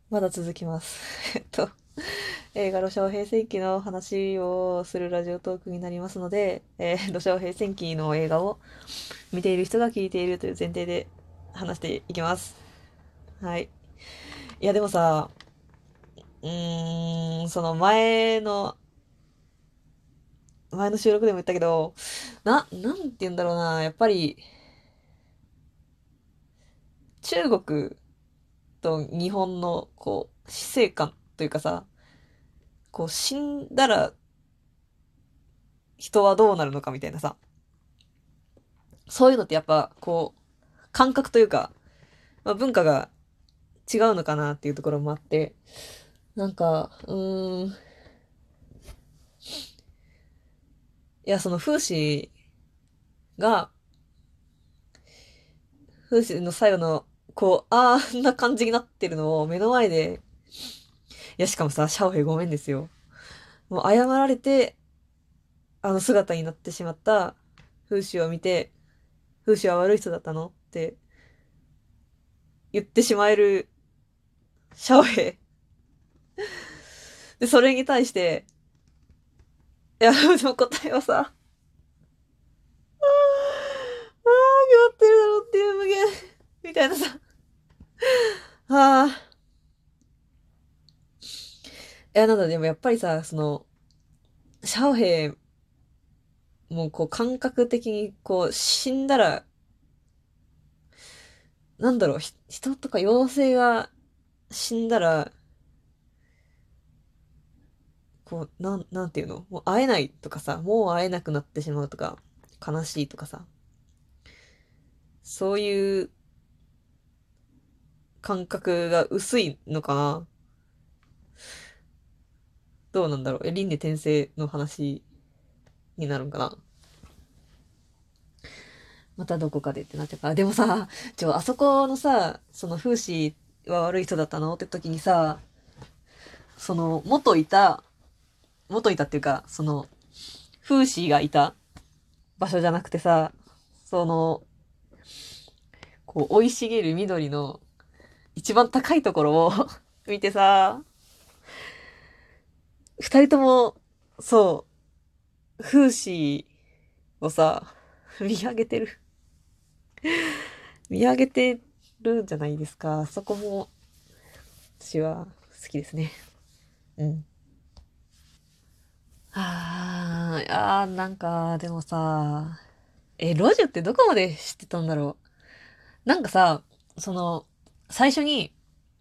まだ続きます。映画、ロシア語平戦記の話をするラジオトークになりますので、ロシア語平戦記の映画を見ている人が聞いているという前提で話していきます。はい。いや、でもさ、その前の収録でも言ったけど、なんて言うんだろうな、やっぱり、中国と日本の、死生観というかさ、死んだら人はどうなるのかみたいなさ、そういうのってやっぱ、感覚というか、文化が違うのかなっていうところもあって、いや、そのが、風刺の最後の、あんな感じになってるのを目の前で、いや、しかもさ、シャオヘイごめんですよ。もう謝られて、あの姿になってしまった風刺を見て、風刺は悪い人だったのって言ってしまえるシャオヘイ。で、それに対して、いや、でも答えはさ、決まってるだろうっていう無限、みたいなさ。ああ。いや、なんだ、でもやっぱりさ、シャオヘイも感覚的に死んだら、なんだろう、人とか妖精が死んだら、なんていうのもう会えないとかさ、もう会えなくなってしまうとか、悲しいとかさ、そういう感覚が薄いのかな。どうなんだろう。輪廻転生の話になるんかな。またどこかでってなっちゃうから。でもさ、あそこのさ、その風刺は悪い人だったのって時にさ、その、元いたっていうか、風刺がいた場所じゃなくてさ、その、生い茂る緑の一番高いところを見てさ、二人とも、そう、風刺をさ、見上げてる。見上げてるんじゃないですか。そこも、私は好きですね。うん。なんか、でもさ、ロジュってどこまで知ってたんだろう。なんかさ、その、最初に、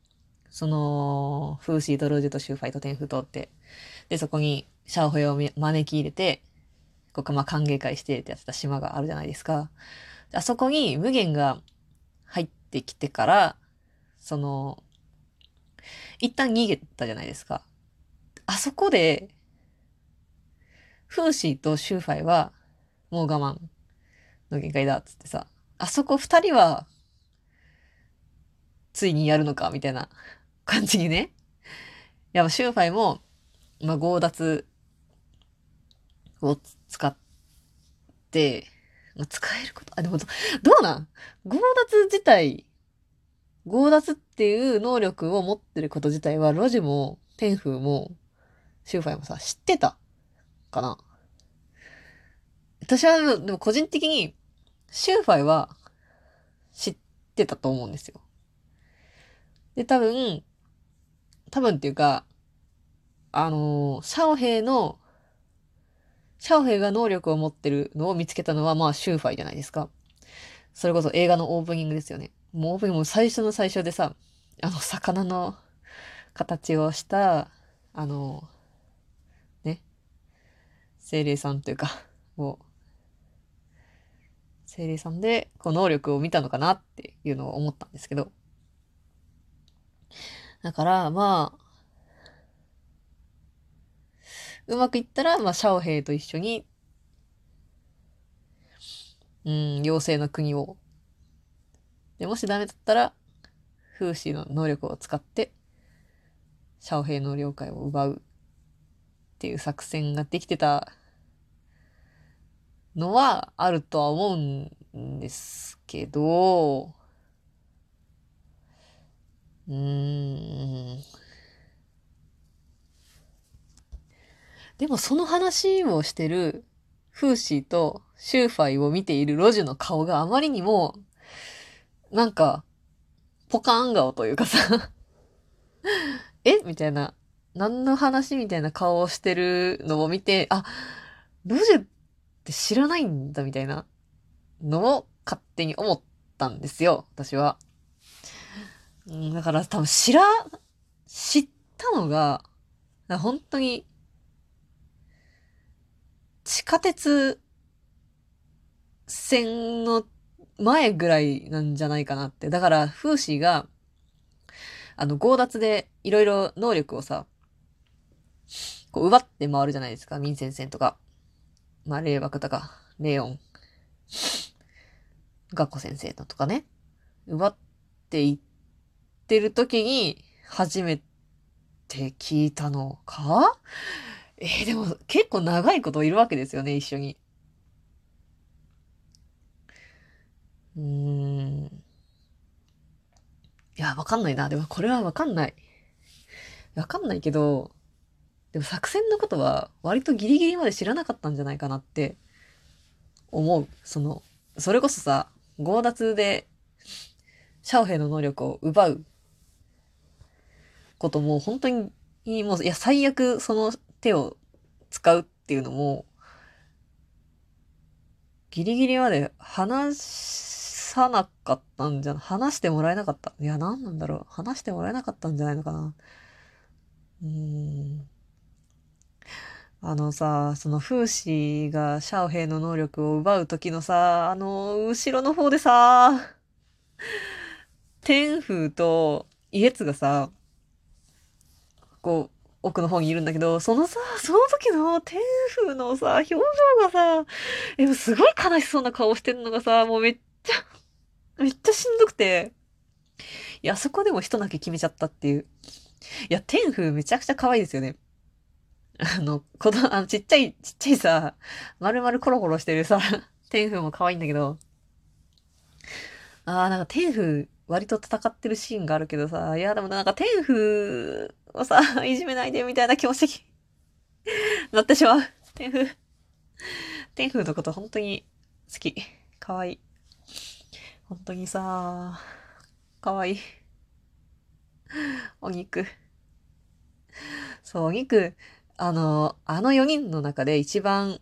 フーシーとロジュとシューファイとテンフとって、で、そこにシャオホイを招き入れて、歓迎会してってやってた島があるじゃないですか。あそこに無限が入ってきてから、その、一旦逃げたじゃないですか。あそこで、フーシーとシューファイは、もう我慢の限界だっつってさ、あそこ二人は、ついにやるのかみたいな感じにね。やっぱシューファイも、強奪を使って、使えること、でもどうなん強奪自体、強奪っていう能力を持ってること自体は、ロジも、テンフーも、シューファイもさ、知ってたかな。私は、でも個人的に、シューファイは知ってたと思うんですよ。で、多分っていうか、シャオヘイが能力を持ってるのを見つけたのは、シューファイじゃないですか。それこそ映画のオープニングですよね。もうオープニングも最初の最初でさ、魚の形をした、あの、ね、精霊さんというか、もう、精霊さんで、能力を見たのかなっていうのを思ったんですけど。だから、うまくいったら、シャオヘイと一緒に、妖精の国を。で、もしダメだったら、フーシーの能力を使って、シャオヘイの了解を奪うっていう作戦ができてたのはあるとは思うんですけど、 でもその話をしてるフーシーとシューファイを見ているロジュの顔があまりにも、なんか、ポカーン顔というかさ、えみたいな、何の話みたいな顔をしてるのを見て、あ、ロジュって知らないんだみたいなのを勝手に思ったんですよ、私は。だから多分知ったのが、本当に地下鉄線の前ぐらいなんじゃないかなって。だから、フーシーが、強奪でいろいろ能力をさ、こう奪って回るじゃないですか。民戦線とか。まあ、霊爆とか、レオン、学校先生のとかね。奪っていってる時に、初めて聞いたのか。でも結構長いこといるわけですよね、一緒に。うーん。いや、わかんないな。でもこれはわかんない。わかんないけど、でも作戦のことは割とギリギリまで知らなかったんじゃないかなって思う。それこそさ、強奪でシャオヘイの能力を奪うことも本当にもう、いや、最悪その手を使うっていうのも、ギリギリまで話さなかったんじゃ、話してもらえなかった。いや、なんなんだろう。話してもらえなかったんじゃないのかな。うーん。その風刺がシャオヘイの能力を奪う時のさ、後ろの方でさ、天風とイエツがさ、こう、奥の方にいるんだけど、その時の天風のさ、表情がさ、すごい悲しそうな顔してるのがさ、もうめっちゃしんどくて、いや、あそこでも一泣き決めちゃったっていう。いや、天風めちゃくちゃ可愛いですよね。ちっちゃいさ、丸々コロコロしてるさ、天風も可愛いんだけど、なんか天風割と戦ってるシーンがあるけどさ、いや、でもなんか天風をさ、いじめないでみたいな気持ちになってしまう。天風のこと本当に好き。可愛い。本当にさ、可愛い。お肉。そう、お肉、あの4人の中で一番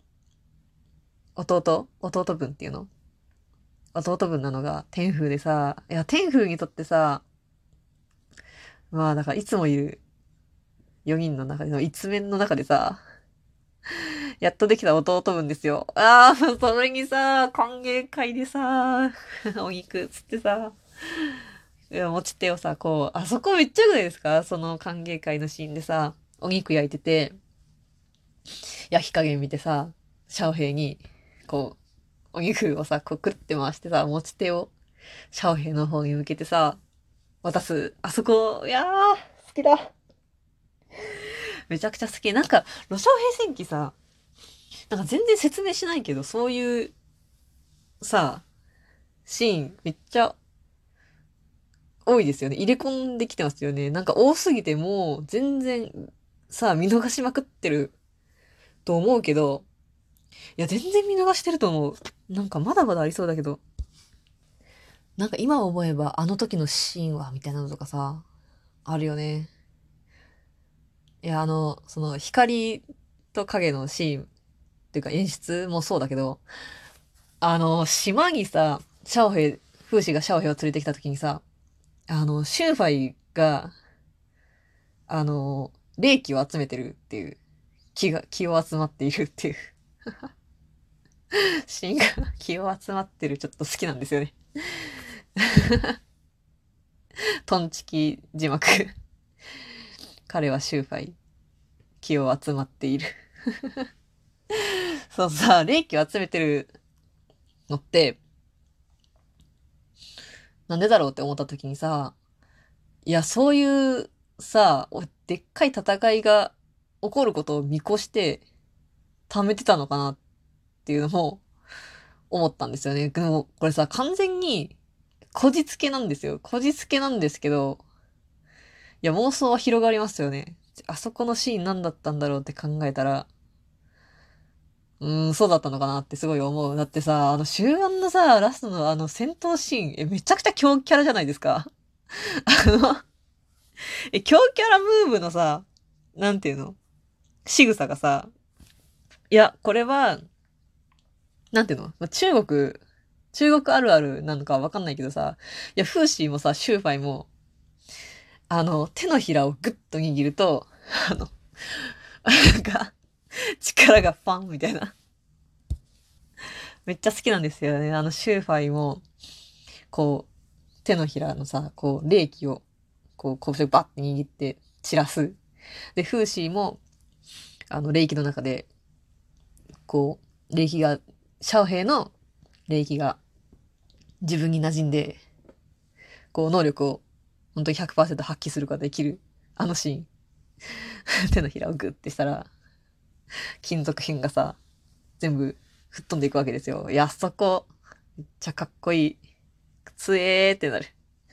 弟分っていうの弟分なのが天風でさ、いや、天風にとってさ、まあ、だからいつもいる4人の中での一面の中でさ、やっとできた弟分ですよ。それにさ、歓迎会でさ、お肉つってさ、いや、持ち手をさ、こう、あそこめっちゃ良くないですか？その歓迎会のシーンでさ、お肉焼いてて、焼き加減見てさ、シャオヘイに、こう、お肉をさ、こうくるって回してさ、持ち手をシャオヘイの方に向けてさ、渡す。あそこ、いやー、好きだ。めちゃくちゃ好き。なんか、ロシャオヘイ戦記さ、なんか全然説明しないけど、そういうさ、シーンめっちゃ多いですよね。入れ込んできてますよね。なんか多すぎてもう全然さ、見逃しまくってると思うけど、いや、全然見逃してると思う。なんかまだまだありそうだけど、なんか今思えばあの時のシーンは、みたいなのとかさ、あるよね。いや、その光と影のシーンっていうか演出もそうだけど、島にさ、フーシがシャオヘイを連れてきた時にさ、シュンファイが、霊気を集めてるっていう、気を集まっているっていうシーンが、気を集まってるちょっと好きなんですよね。トンチキ字幕。彼はシューファイ、気を集まっている。そうさ、霊気を集めてるのって、なんでだろうって思った時にさ、いや、そういうさ、でっかい戦いが起こることを見越して貯めてたのかなっていうのも思ったんですよね。でも、これさ、完全にこじつけなんですよ。こじつけなんですけど、いや、妄想は広がりますよね。 あそこのシーン何だったんだろうって考えたら、そうだったのかなってすごい思う。だってさ、終盤のさ、ラストの戦闘シーン、めちゃくちゃ強キャラじゃないですか。あの、強キャラムーブのさ、なんていうの仕草がさ、いや、これは、なんていうの中国あるあるなのかわかんないけどさ、いや、フーシーもさ、シュウファイも、手のひらをグッと握ると、あの、なんか、力がファンみたいな。めっちゃ好きなんですよね。シューファイも、こう、手のひらのさ、こう、冷気を、こう、拳をバッて握って散らす。で、フーシーも、冷気の中で、こう、冷気が、シャオヘイの冷気が自分に馴染んで、こう、能力を本当に100%発揮することができる。あのシーン。手のひらをグッてしたら、金属片がさ、全部吹っ飛んでいくわけですよ。いや、そこ、めっちゃかっこいい。つえーってなる。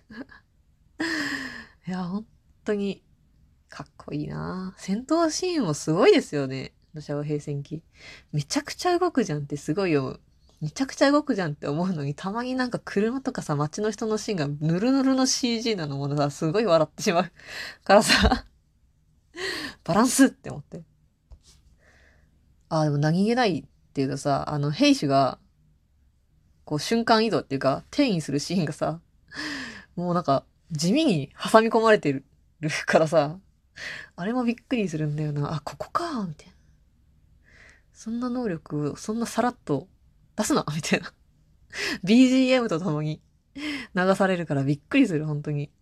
いや、本当にかっこいいな。戦闘シーンもすごいですよね。ロシア語平戦記。めちゃくちゃ動くじゃんってすごい思う。めちゃくちゃ動くじゃんって思うのに、たまになんか車とかさ、街の人のシーンがヌルヌルの CG なのものさ、すごい笑ってしまう。からさ、バランスって思って。でも何気ないっていうとさ、兵士が、こう瞬間移動っていうか、転移するシーンがさ、もうなんか、地味に挟み込まれてるからさ、あれもびっくりするんだよな。あ、ここかみたいな。そんな能力、そんなさらっと出すなみたいな。BGM とともに流されるからびっくりする、本当に。